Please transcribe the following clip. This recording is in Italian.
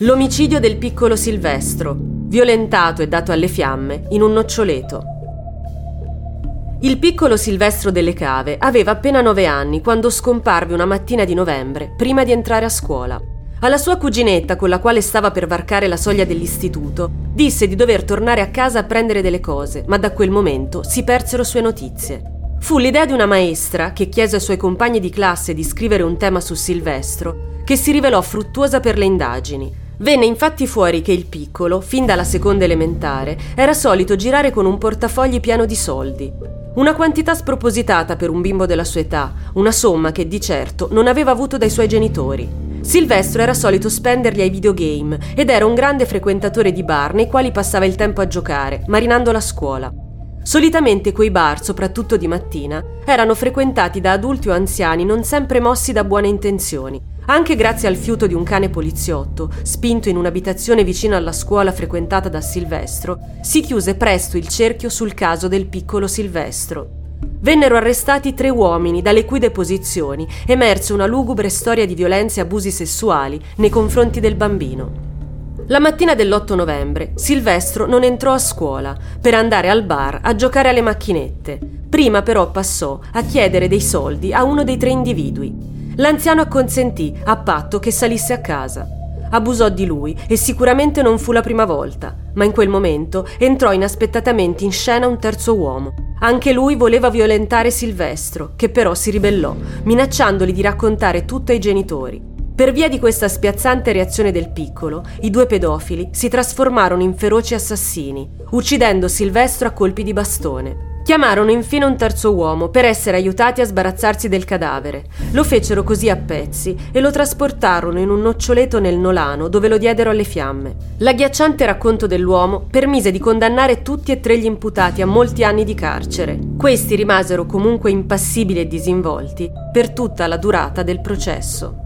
L'omicidio del piccolo Silvestro, violentato e dato alle fiamme in un noccioleto. Il piccolo Silvestro delle Cave aveva appena 9 anni quando scomparve una mattina di novembre, prima di entrare a scuola. Alla sua cuginetta, con la quale stava per varcare la soglia dell'istituto, disse di dover tornare a casa a prendere delle cose, ma da quel momento si persero sue notizie. Fu l'idea di una maestra, che chiese ai suoi compagni di classe di scrivere un tema su Silvestro, che si rivelò fruttuosa per le indagini. Venne infatti fuori che il piccolo, fin dalla seconda elementare, era solito girare con un portafogli pieno di soldi. Una quantità spropositata per un bimbo della sua età, una somma che di certo non aveva avuto dai suoi genitori. Silvestro era solito spenderli ai videogame ed era un grande frequentatore di bar nei quali passava il tempo a giocare, marinando la scuola. Solitamente quei bar, soprattutto di mattina, erano frequentati da adulti o anziani non sempre mossi da buone intenzioni. Anche grazie al fiuto di un cane poliziotto, spinto in un'abitazione vicino alla scuola frequentata da Silvestro, si chiuse presto il cerchio sul caso del piccolo Silvestro. Vennero arrestati 3 uomini dalle cui deposizioni emerse una lugubre storia di violenze e abusi sessuali nei confronti del bambino. La mattina dell'8 novembre, Silvestro non entrò a scuola per andare al bar a giocare alle macchinette. Prima però passò a chiedere dei soldi a uno dei 3 individui. L'anziano acconsentì a patto che salisse a casa. Abusò di lui e sicuramente non fu la prima volta, ma in quel momento entrò inaspettatamente in scena un terzo uomo. Anche lui voleva violentare Silvestro, che però si ribellò, minacciandoli di raccontare tutto ai genitori. Per via di questa spiazzante reazione del piccolo, i 2 pedofili si trasformarono in feroci assassini, uccidendo Silvestro a colpi di bastone. Chiamarono infine un terzo uomo per essere aiutati a sbarazzarsi del cadavere. Lo fecero così a pezzi e lo trasportarono in un noccioleto nel Nolano, dove lo diedero alle fiamme. L'agghiacciante racconto dell'uomo permise di condannare tutti e 3 gli imputati a molti anni di carcere. Questi rimasero comunque impassibili e disinvolti per tutta la durata del processo.